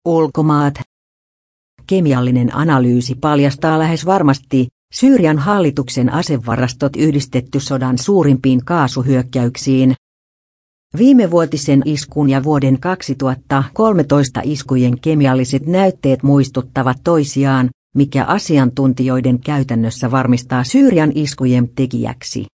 Ulkomaat. Kemiallinen analyysi paljastaa lähes varmasti Syyrian hallituksen asevarastot yhdistetty sodan suurimpiin kaasuhyökkäyksiin. Viimevuotisen iskun ja vuoden 2013 iskujen kemialliset näytteet muistuttavat toisiaan, mikä asiantuntijoiden käytännössä varmistaa Syyrian iskujen tekijäksi.